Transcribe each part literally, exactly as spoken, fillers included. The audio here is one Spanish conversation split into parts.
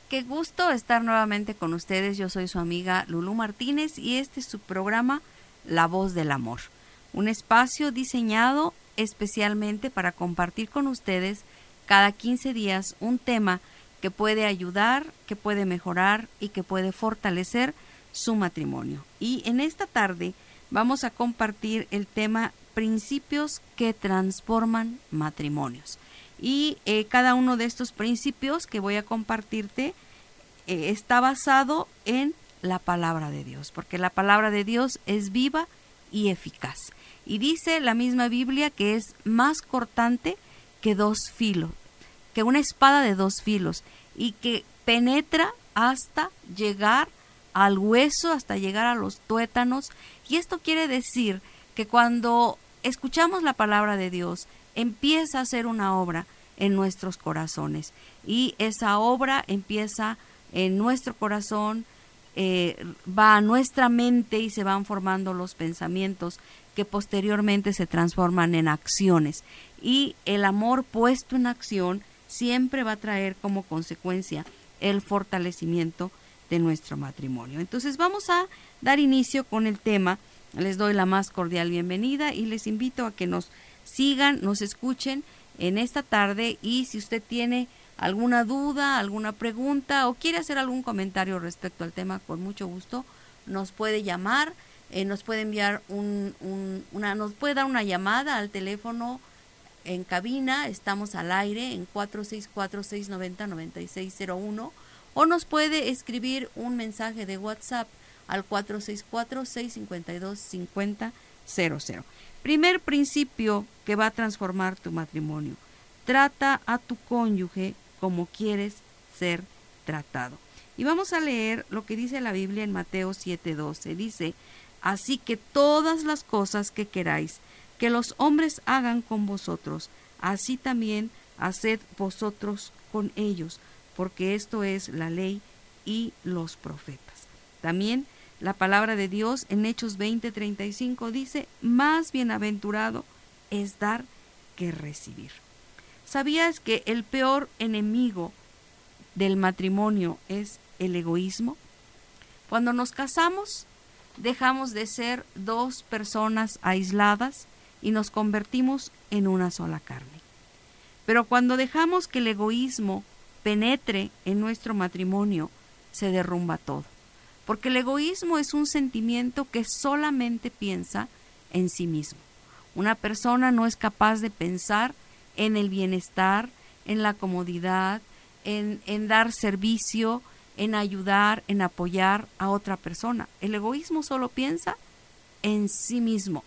Qué gusto estar nuevamente con ustedes. Yo soy su amiga Lulú Martínez y este es su programa La Voz del Amor, un espacio diseñado especialmente para compartir con ustedes cada quince días un tema que puede ayudar, que puede mejorar y que puede fortalecer su matrimonio. Y en esta tarde vamos a compartir el tema principios que transforman matrimonios. Y eh, cada uno de estos principios que voy a compartirte eh, está basado en la palabra de Dios, porque la palabra de Dios es viva y eficaz. Y dice la misma Biblia que es más cortante que dos filos, que una espada de dos filos, y que penetra hasta llegar al hueso, hasta llegar a los tuétanos. Y esto quiere decir que cuando escuchamos la palabra de Dios, empieza a hacer una obra en nuestros corazones, y esa obra empieza en nuestro corazón, eh, va a nuestra mente y se van formando los pensamientos que posteriormente se transforman en acciones, y el amor puesto en acción siempre va a traer como consecuencia el fortalecimiento de nuestro matrimonio. Entonces vamos a dar inicio con el tema. Les doy la más cordial bienvenida y les invito a que nos sigan, nos escuchen en esta tarde, y si usted tiene alguna duda, alguna pregunta o quiere hacer algún comentario respecto al tema, con mucho gusto nos puede llamar, eh, nos puede enviar un, un, una, nos puede dar una llamada al teléfono en cabina. Estamos al aire en cuatro seis cuatro, seis nueve cero, nueve seis cero uno, o nos puede escribir un mensaje de WhatsApp al cuatro seis cuatro, seis cinco dos, cinco cero cero cero. Primer principio que va a transformar tu matrimonio: trata a tu cónyuge como quieres ser tratado. Y vamos a leer lo que dice la Biblia en Mateo siete doce. Dice: así que todas las cosas que queráis que los hombres hagan con vosotros, así también haced vosotros con ellos, porque esto es la ley y los profetas. También la palabra de Dios en Hechos veinte treinta y cinco dice: más bienaventurado es dar que recibir. ¿Sabías que el peor enemigo del matrimonio es el egoísmo? Cuando nos casamos, dejamos de ser dos personas aisladas y nos convertimos en una sola carne. Pero cuando dejamos que el egoísmo penetre en nuestro matrimonio, se derrumba todo. Porque el egoísmo es un sentimiento que solamente piensa en sí mismo. Una persona no es capaz de pensar en el bienestar, en la comodidad, en, en dar servicio, en ayudar, en apoyar a otra persona. El egoísmo solo piensa en sí mismo,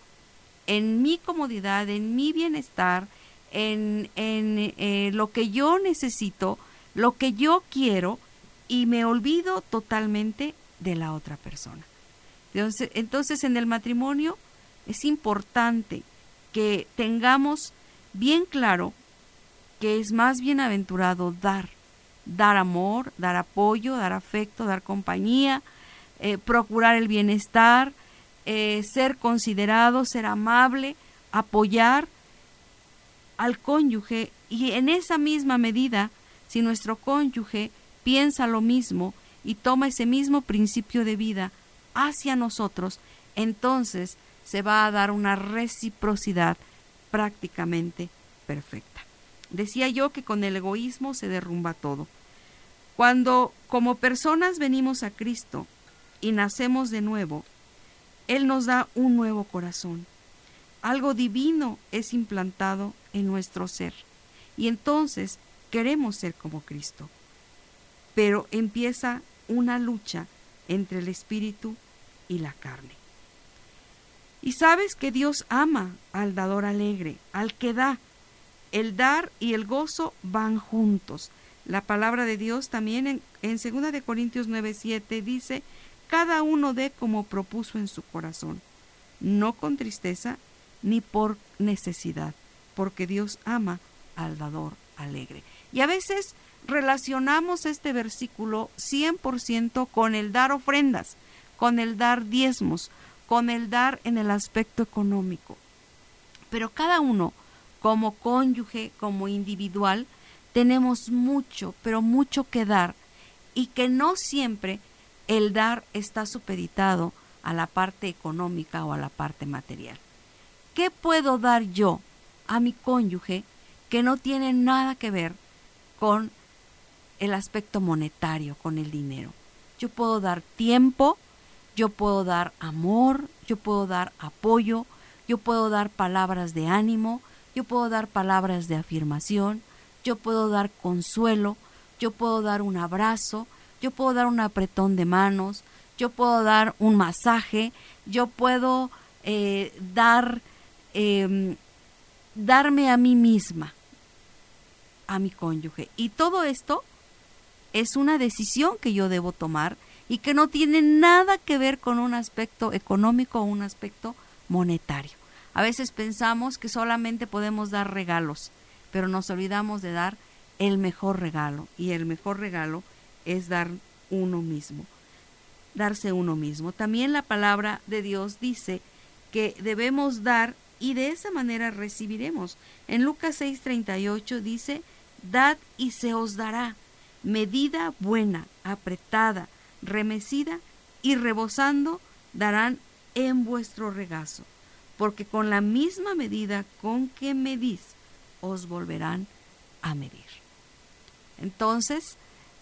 en mi comodidad, en mi bienestar, en, en eh, lo que yo necesito, lo que yo quiero, y me olvido totalmente de la otra persona. Entonces, entonces en el matrimonio es importante que tengamos bien claro que es más bienaventurado dar, dar amor, dar apoyo, dar afecto, dar compañía, eh, procurar el bienestar, eh, ser considerado, ser amable, apoyar al cónyuge. Y en esa misma medida, si nuestro cónyuge piensa lo mismo y toma ese mismo principio de vida hacia nosotros, entonces se va a dar una reciprocidad prácticamente perfecta. Decía yo que con el egoísmo se derrumba todo. Cuando como personas venimos a Cristo y nacemos de nuevo, Él nos da un nuevo corazón. Algo divino es implantado en nuestro ser, y entonces queremos ser como Cristo. Pero empieza una lucha entre el espíritu y la carne. Y sabes que Dios ama al dador alegre, al que da. El dar y el gozo van juntos. La palabra de Dios también en, en segunda de Corintios nueve siete dice: cada uno dé como propuso en su corazón, no con tristeza ni por necesidad, porque Dios ama al dador alegre. Y a veces relacionamos este versículo cien por ciento con el dar ofrendas, con el dar diezmos, con el dar en el aspecto económico. Pero cada uno, como cónyuge, como individual, tenemos mucho, pero mucho que dar y que no siempre el dar está supeditado a la parte económica o a la parte material. ¿Qué puedo dar yo a mi cónyuge que no tiene nada que ver con el aspecto monetario, con el dinero? Yo puedo dar tiempo, yo puedo dar amor, yo puedo dar apoyo, yo puedo dar palabras de ánimo, yo puedo dar palabras de afirmación, yo puedo dar consuelo, yo puedo dar un abrazo, yo puedo dar un apretón de manos, yo puedo dar un masaje, yo puedo eh, dar, eh, darme a mí misma, a mi cónyuge. Y todo esto es una decisión que yo debo tomar y que no tiene nada que ver con un aspecto económico o un aspecto monetario. A veces pensamos que solamente podemos dar regalos, pero nos olvidamos de dar el mejor regalo, y el mejor regalo es dar uno mismo, darse uno mismo. También la palabra de Dios dice que debemos dar y de esa manera recibiremos. En Lucas seis treinta y ocho dice: dad y se os dará, medida buena, apretada, remecida y rebosando darán en vuestro regazo, porque con la misma medida con que medís, os volverán a medir. Entonces,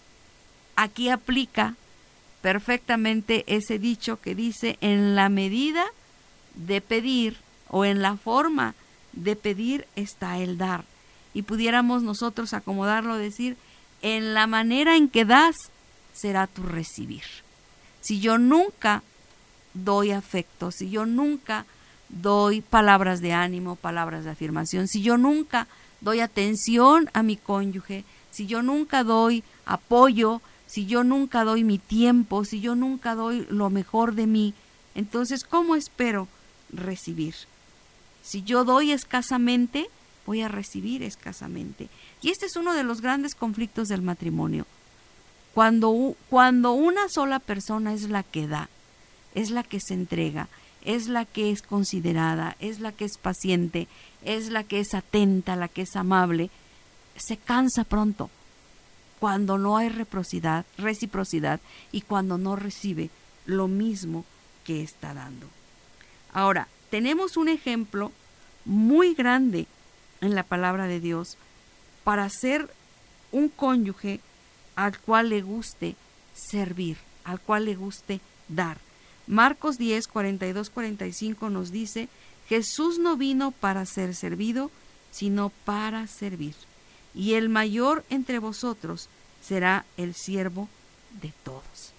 aquí aplica perfectamente ese dicho que dice: en la medida de pedir o en la forma de pedir está el dar. Y pudiéramos nosotros acomodarlo, decir: en la manera en que das será tu recibir. Si yo nunca doy afecto, si yo nunca doy palabras de ánimo, palabras de afirmación, si yo nunca doy atención a mi cónyuge, si yo nunca doy apoyo, si yo nunca doy mi tiempo, si yo nunca doy lo mejor de mí, entonces ¿cómo espero recibir? Si yo doy escasamente, voy a recibir escasamente. Y este es uno de los grandes conflictos del matrimonio. Cuando, cuando una sola persona es la que da, es la que se entrega, es la que es considerada, es la que es paciente, es la que es atenta, la que es amable, se cansa pronto cuando no hay reciprocidad, reciprocidad y cuando no recibe lo mismo que está dando. Ahora, tenemos un ejemplo muy grande en la palabra de Dios para ser un cónyuge al cual le guste servir, al cual le guste dar. Marcos diez, cuarenta y dos, cuarenta y cinco nos dice: Jesús no vino para ser servido, sino para servir. Y el mayor entre vosotros será el siervo de todos.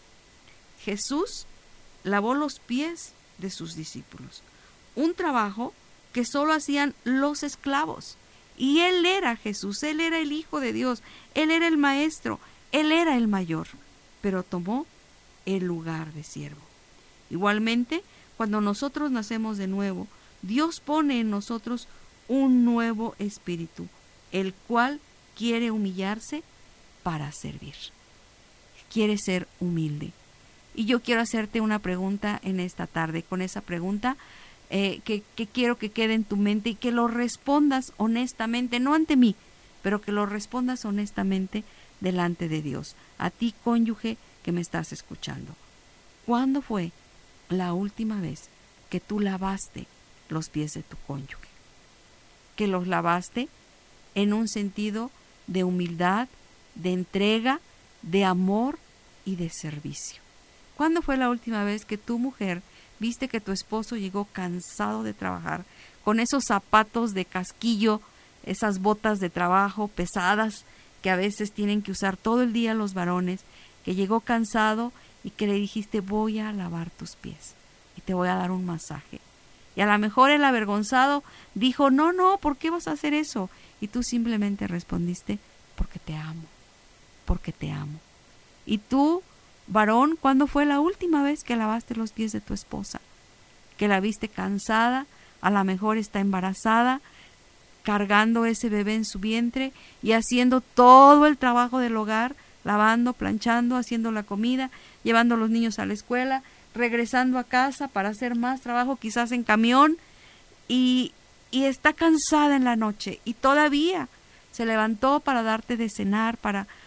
Jesús lavó los pies de sus discípulos, un trabajo que solo hacían los esclavos. Y Él era Jesús, Él era el Hijo de Dios, Él era el Maestro, Él era el mayor, pero tomó el lugar de siervo. Igualmente, cuando nosotros nacemos de nuevo, Dios pone en nosotros un nuevo espíritu, el cual quiere humillarse para servir. Quiere ser humilde. Y yo quiero hacerte una pregunta en esta tarde. Con esa pregunta eh, que, que quiero que quede en tu mente y que lo respondas honestamente, no ante mí, pero que lo respondas honestamente delante de Dios. A ti, cónyuge, que me estás escuchando. ¿Cuándo fue la última vez que tú lavaste los pies de tu cónyuge? Que los lavaste en un sentido de humildad, de entrega, de amor y de servicio. ¿Cuándo fue la última vez que tu mujer viste que tu esposo llegó cansado de trabajar, con esos zapatos de casquillo, esas botas de trabajo pesadas que a veces tienen que usar todo el día los varones, que llegó cansado y que le dijiste: voy a lavar tus pies y te voy a dar un masaje? Y a lo mejor el avergonzado dijo: no, no, ¿por qué vas a hacer eso? Y tú simplemente respondiste: porque te amo, porque te amo. Y tú, varón, ¿cuándo fue la última vez que lavaste los pies de tu esposa? Que la viste cansada, a lo mejor está embarazada, cargando ese bebé en su vientre y haciendo todo el trabajo del hogar, lavando, planchando, haciendo la comida, llevando a los niños a la escuela, regresando a casa para hacer más trabajo, quizás en camión, y, y está cansada en la noche y todavía se levantó para darte de cenar, para,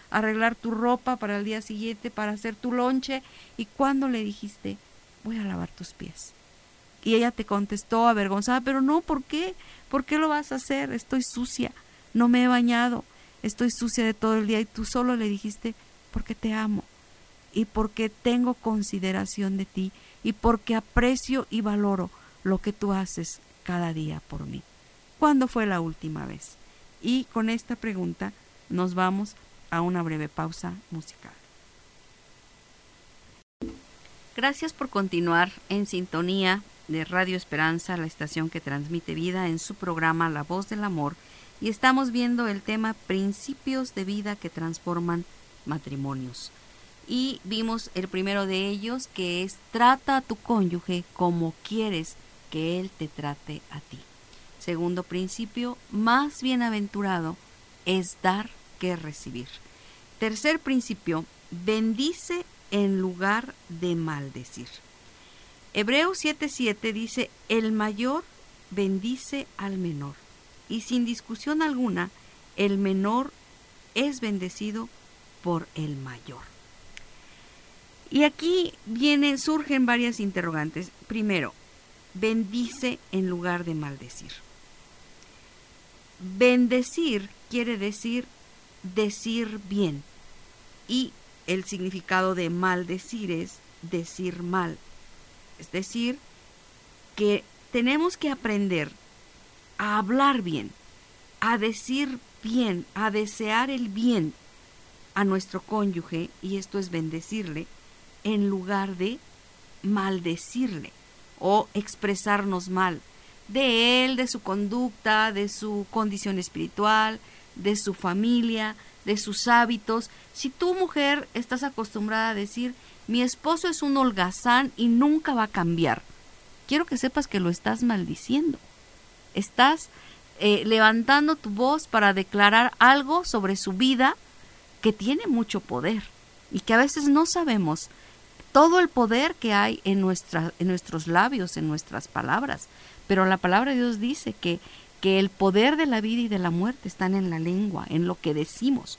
arreglar tu ropa para el día siguiente, para hacer tu lonche. ¿Y cuándo le dijiste, voy a lavar tus pies? Y ella te contestó avergonzada, pero no, ¿por qué? ¿Por qué lo vas a hacer? Estoy sucia, no me he bañado, estoy sucia de todo el día. Y tú solo le dijiste, porque te amo y porque tengo consideración de ti y porque aprecio y valoro lo que tú haces cada día por mí. ¿Cuándo fue la última vez? Y con esta pregunta nos vamos a una breve pausa musical. Gracias por continuar en sintonía de Radio Esperanza, la estación que transmite vida, en su programa La Voz del Amor, y estamos viendo el tema Principios de vida que transforman matrimonios. Y vimos el primero de ellos, que es trata a tu cónyuge como quieres que él te trate a ti. Segundo principio, más bienaventurado es dar que recibir. Tercer principio, bendice en lugar de maldecir. Hebreos siete siete dice, el mayor bendice al menor, y sin discusión alguna, el menor es bendecido por el mayor. Y aquí vienen, surgen varias interrogantes. Primero, bendice en lugar de maldecir. Bendecir quiere decir decir bien, y el significado de maldecir es decir mal. Es decir, que tenemos que aprender a hablar bien, a decir bien, a desear el bien a nuestro cónyuge, y esto es bendecirle, en lugar de maldecirle o expresarnos mal de él, de su conducta, de su condición espiritual, de su familia, de sus hábitos. Si tú, mujer, estás acostumbrada a decir, mi esposo es un holgazán y nunca va a cambiar, quiero que sepas que lo estás maldiciendo. Estás eh, levantando tu voz para declarar algo sobre su vida que tiene mucho poder y que a veces no sabemos todo el poder que hay en, nuestra, en nuestros labios, en nuestras palabras. Pero la palabra de Dios dice que, que el poder de la vida y de la muerte están en la lengua, en lo que decimos.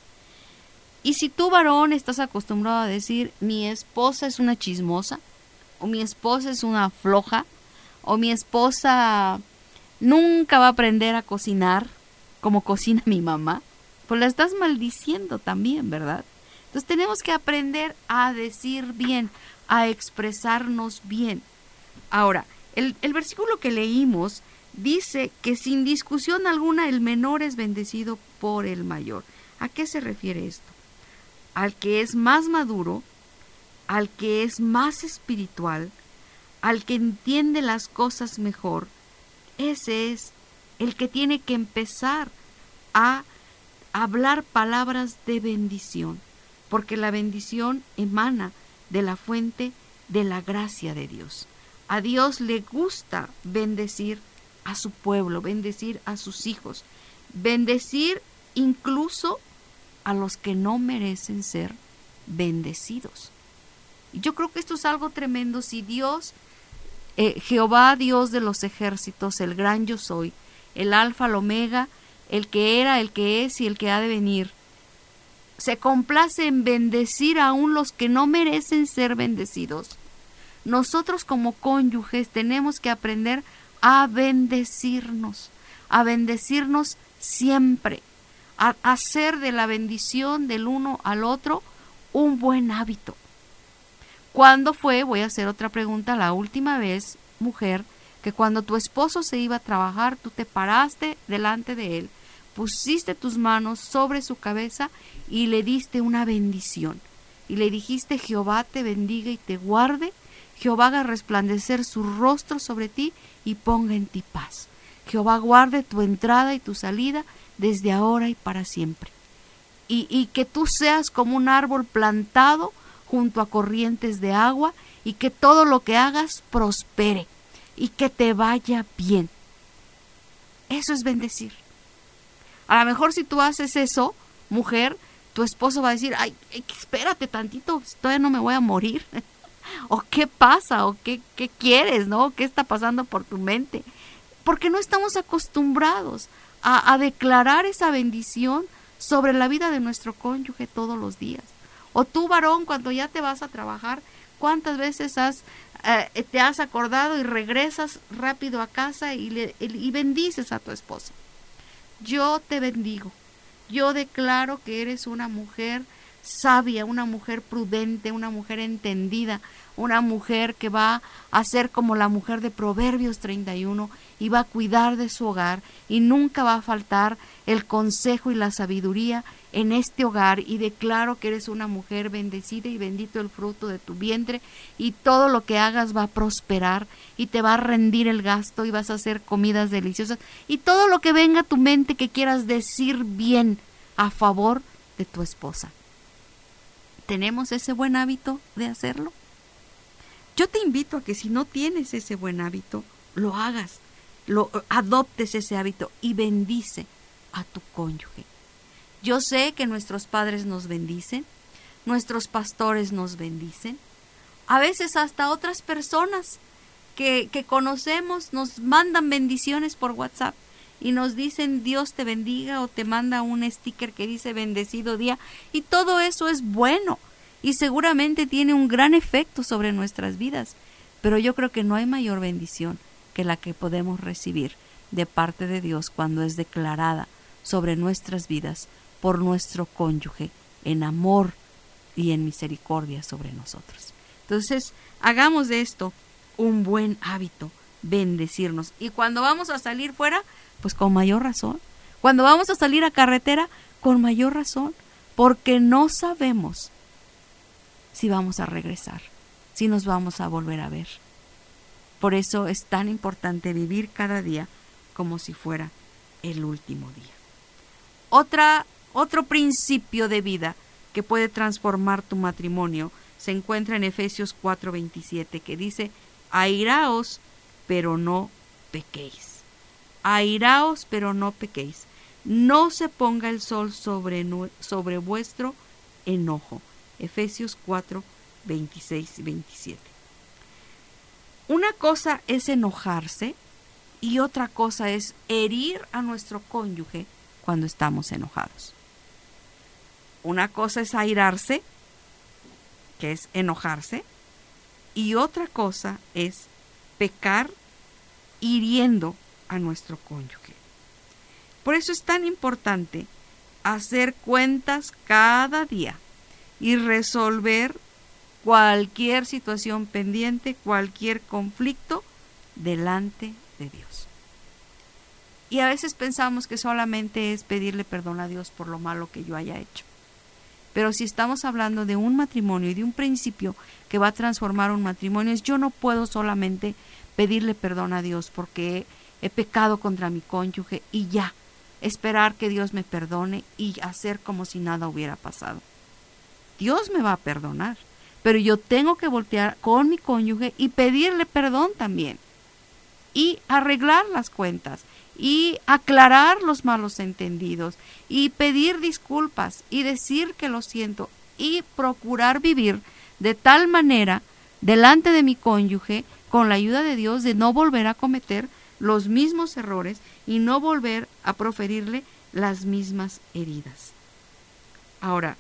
Y si tú, varón, estás acostumbrado a decir, mi esposa es una chismosa, o mi esposa es una floja, o mi esposa nunca va a aprender a cocinar como cocina mi mamá, pues la estás maldiciendo también, ¿verdad? Entonces tenemos que aprender a decir bien, a expresarnos bien. Ahora, el, el versículo que leímos dice que sin discusión alguna el menor es bendecido por el mayor. ¿A qué se refiere esto? Al que es más maduro, al que es más espiritual, al que entiende las cosas mejor, ese es el que tiene que empezar a hablar palabras de bendición, porque la bendición emana de la fuente de la gracia de Dios. A Dios le gusta bendecir a su pueblo, bendecir a sus hijos, bendecir incluso a los que no merecen ser bendecidos. Y yo creo que esto es algo tremendo. Si Dios, eh, Jehová, Dios de los ejércitos, el gran yo soy, el alfa, el omega, el que era, el que es y el que ha de venir, se complace en bendecir aún los que no merecen ser bendecidos, nosotros como cónyuges tenemos que aprender a bendecirnos, a bendecirnos siempre, a hacer de la bendición del uno al otro un buen hábito. ¿Cuándo fue, voy a hacer otra pregunta, la última vez, mujer, que cuando tu esposo se iba a trabajar, tú te paraste delante de él, pusiste tus manos sobre su cabeza y le diste una bendición? Y le dijiste, Jehová te bendiga y te guarde, Jehová haga resplandecer su rostro sobre ti y ponga en ti paz. Jehová guarde tu entrada y tu salida desde ahora y para siempre. Y, y que tú seas como un árbol plantado junto a corrientes de agua y que todo lo que hagas prospere y que te vaya bien. Eso es bendecir. A lo mejor si tú haces eso, mujer, tu esposo va a decir, ay, espérate tantito, todavía no me voy a morir. ¿O qué pasa? ¿O qué, qué quieres? ¿No? ¿Qué está pasando por tu mente? Porque no estamos acostumbrados a, a declarar esa bendición sobre la vida de nuestro cónyuge todos los días. O tú, varón, cuando ya te vas a trabajar, ¿cuántas veces has, eh, te has acordado y regresas rápido a casa y, le, y bendices a tu esposa? Yo te bendigo. Yo declaro que eres una mujer sabia, una mujer prudente, una mujer entendida, una mujer que va a ser como la mujer de Proverbios treinta y uno y va a cuidar de su hogar y nunca va a faltar el consejo y la sabiduría en este hogar, y declaro que eres una mujer bendecida y bendito el fruto de tu vientre, y todo lo que hagas va a prosperar y te va a rendir el gasto y vas a hacer comidas deliciosas y todo lo que venga a tu mente que quieras decir bien a favor de tu esposa. ¿Tenemos ese buen hábito de hacerlo? Yo te invito a que si no tienes ese buen hábito, lo hagas, lo adoptes ese hábito y bendice a tu cónyuge. Yo sé que nuestros padres nos bendicen, nuestros pastores nos bendicen, a veces hasta otras personas que, que conocemos nos mandan bendiciones por WhatsApp y nos dicen Dios te bendiga, o te manda un sticker que dice bendecido día, y todo eso es bueno y seguramente tiene un gran efecto sobre nuestras vidas, pero yo creo que no hay mayor bendición que la que podemos recibir de parte de Dios cuando es declarada sobre nuestras vidas por nuestro cónyuge en amor y en misericordia sobre nosotros. Entonces, hagamos de esto un buen hábito, bendecirnos. Y cuando vamos a salir fuera, pues con mayor razón. Cuando vamos a salir a carretera, con mayor razón, porque no sabemos si vamos a regresar, si nos vamos a volver a ver. Por eso es tan importante vivir cada día como si fuera el último día. Otra, otro principio de vida que puede transformar tu matrimonio se encuentra en Efesios cuatro veintisiete, que dice: airaos, pero no pequéis. Airaos, pero no pequéis. No se ponga el sol sobre, sobre vuestro enojo. Efesios cuatro veintiséis y veintisiete. Una cosa es enojarse y otra cosa es herir a nuestro cónyuge cuando estamos enojados. Una cosa es airarse, que es enojarse, y otra cosa es pecar hiriendo a nuestro cónyuge. Por eso es tan importante hacer cuentas cada día y resolver cualquier situación pendiente, cualquier conflicto delante de Dios. Y a veces pensamos que solamente es pedirle perdón a Dios por lo malo que yo haya hecho. Pero si estamos hablando de un matrimonio y de un principio que va a transformar un matrimonio, es yo no puedo solamente pedirle perdón a Dios porque he, he pecado contra mi cónyuge y ya, esperar que Dios me perdone y hacer como si nada hubiera pasado. Dios me va a perdonar, pero yo tengo que voltear con mi cónyuge y pedirle perdón también, y arreglar las cuentas, y aclarar los malos entendidos, y pedir disculpas, y decir que lo siento, y procurar vivir de tal manera delante de mi cónyuge, con la ayuda de Dios, de no volver a cometer los mismos errores y no volver a proferirle las mismas heridas. Ahora,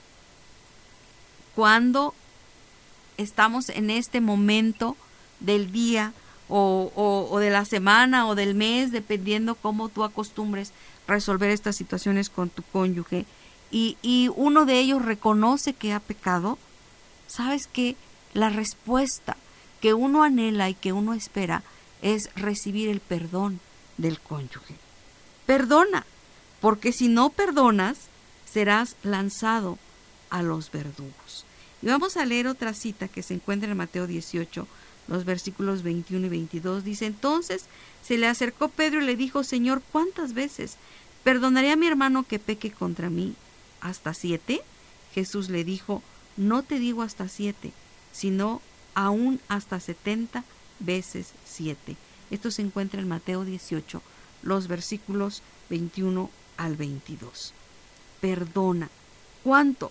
cuando estamos en este momento del día o, o, o de la semana o del mes, dependiendo cómo tú acostumbres resolver estas situaciones con tu cónyuge, y, y uno de ellos reconoce que ha pecado, sabes que la respuesta que uno anhela y que uno espera es recibir el perdón del cónyuge. Perdona, porque si no perdonas, serás lanzado a los verdugos. Y vamos a leer otra cita que se encuentra en Mateo dieciocho, los versículos veintiuno y veintidós. Dice: entonces se le acercó Pedro y le dijo: Señor, ¿cuántas veces perdonaré a mi hermano que peque contra mí? ¿Hasta siete? Jesús le dijo: no te digo hasta siete, sino aún hasta setenta veces siete. Esto se encuentra en Mateo dieciocho, los versículos veintiuno al veintidós. Perdona. ¿Cuánto?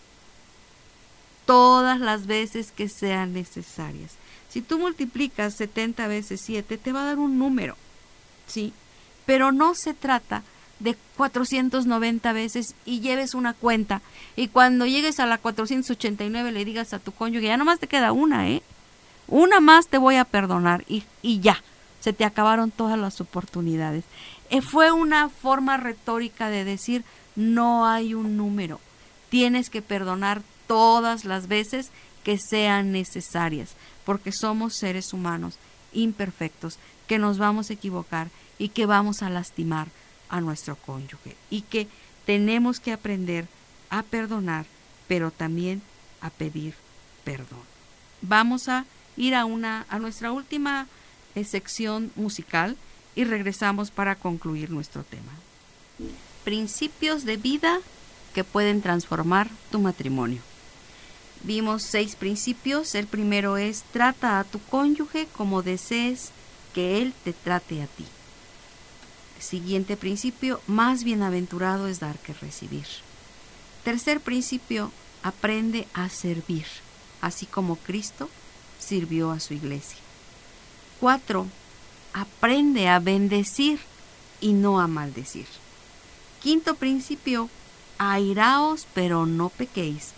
Todas las veces que sean necesarias. Si tú multiplicas setenta veces siete, te va a dar un número, ¿sí? Pero no se trata de cuatrocientas noventa veces y lleves una cuenta, y cuando llegues a la cuatrocientos ochenta y nueve le digas a tu cónyuge, ya nomás te queda una, ¿eh? Una más te voy a perdonar, y, y ya, se te acabaron todas las oportunidades. Eh, fue una forma retórica de decir, no hay un número, tienes que perdonar todas las veces que sean necesarias, porque somos seres humanos imperfectos, que nos vamos a equivocar y que vamos a lastimar a nuestro cónyuge, y que tenemos que aprender a perdonar, pero también a pedir perdón. Vamos a ir a una a nuestra última eh, sección musical y regresamos para concluir nuestro tema. Principios de vida que pueden transformar tu matrimonio. Vimos seis principios. El primero es: trata a tu cónyuge como desees que él te trate a ti. Siguiente principio: más bienaventurado es dar que recibir. Tercer principio: aprende a servir, así como Cristo sirvió a su iglesia. Cuatro: aprende a bendecir y no a maldecir. Quinto principio: airaos, pero no pequéis.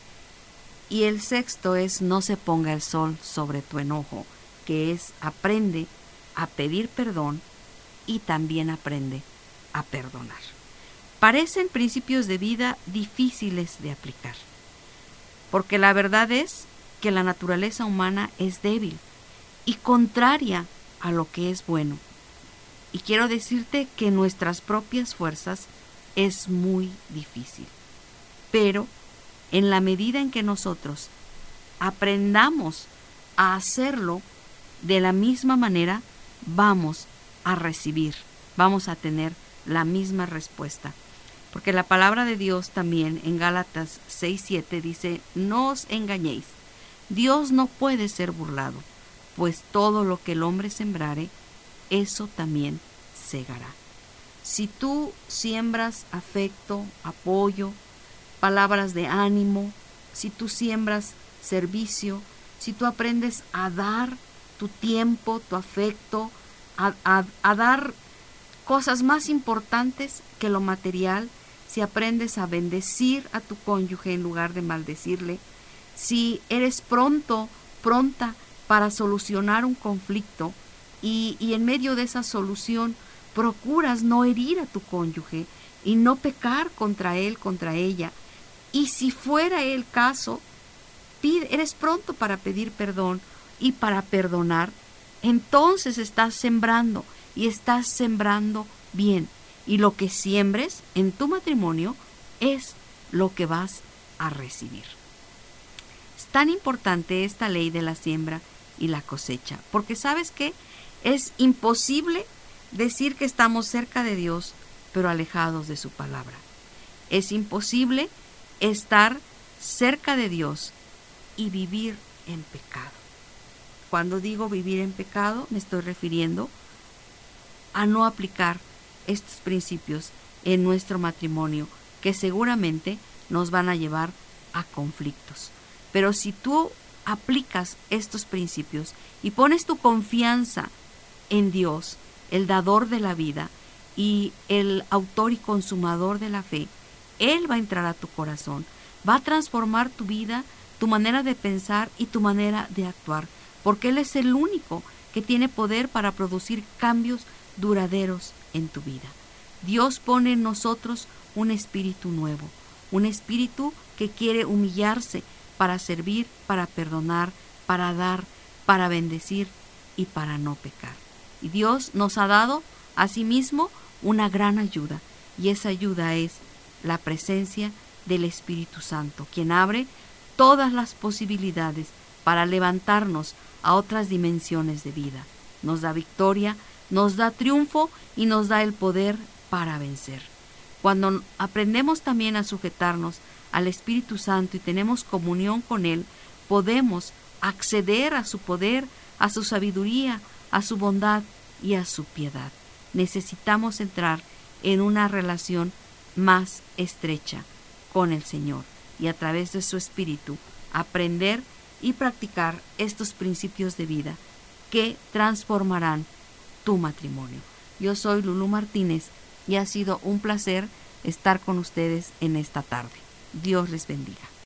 Y el sexto es: no se ponga el sol sobre tu enojo, que es: aprende a pedir perdón y también aprende a perdonar. Parecen principios de vida difíciles de aplicar, porque la verdad es que la naturaleza humana es débil y contraria a lo que es bueno. Y quiero decirte que nuestras propias fuerzas es muy difícil. Pero en la medida en que nosotros aprendamos a hacerlo de la misma manera, vamos a recibir, vamos a tener la misma respuesta. Porque la palabra de Dios también en Gálatas seis siete dice: no os engañéis, Dios no puede ser burlado, pues todo lo que el hombre sembrare, eso también segará. Si tú siembras afecto, apoyo, palabras de ánimo, si tú siembras servicio, si tú aprendes a dar tu tiempo, tu afecto, a, a, a dar cosas más importantes que lo material, si aprendes a bendecir a tu cónyuge en lugar de maldecirle, si eres pronto, pronta para solucionar un conflicto y, y en medio de esa solución procuras no herir a tu cónyuge y no pecar contra él, contra ella, y si fuera el caso, pide, eres pronto para pedir perdón y para perdonar, entonces estás sembrando y estás sembrando bien. Y lo que siembres en tu matrimonio es lo que vas a recibir. Es tan importante esta ley de la siembra y la cosecha, porque ¿sabes qué? Es imposible decir que estamos cerca de Dios, pero alejados de su palabra. Es imposible estar cerca de Dios y vivir en pecado. Cuando digo vivir en pecado, me estoy refiriendo a no aplicar estos principios en nuestro matrimonio, que seguramente nos van a llevar a conflictos. Pero si tú aplicas estos principios y pones tu confianza en Dios, el dador de la vida y el autor y consumador de la fe, Él va a entrar a tu corazón, va a transformar tu vida, tu manera de pensar y tu manera de actuar, porque Él es el único que tiene poder para producir cambios duraderos en tu vida. Dios pone en nosotros un espíritu nuevo, un espíritu que quiere humillarse para servir, para perdonar, para dar, para bendecir y para no pecar. Y Dios nos ha dado asimismo una gran ayuda, y esa ayuda es la presencia del Espíritu Santo, quien abre todas las posibilidades para levantarnos a otras dimensiones de vida. Nos da victoria, nos da triunfo y nos da el poder para vencer. Cuando aprendemos también a sujetarnos al Espíritu Santo y tenemos comunión con Él, podemos acceder a su poder, a su sabiduría, a su bondad y a su piedad. Necesitamos entrar en una relación más estrecha con el Señor y a través de su Espíritu aprender y practicar estos principios de vida que transformarán tu matrimonio. Yo soy Lulú Martínez y ha sido un placer estar con ustedes en esta tarde. Dios les bendiga.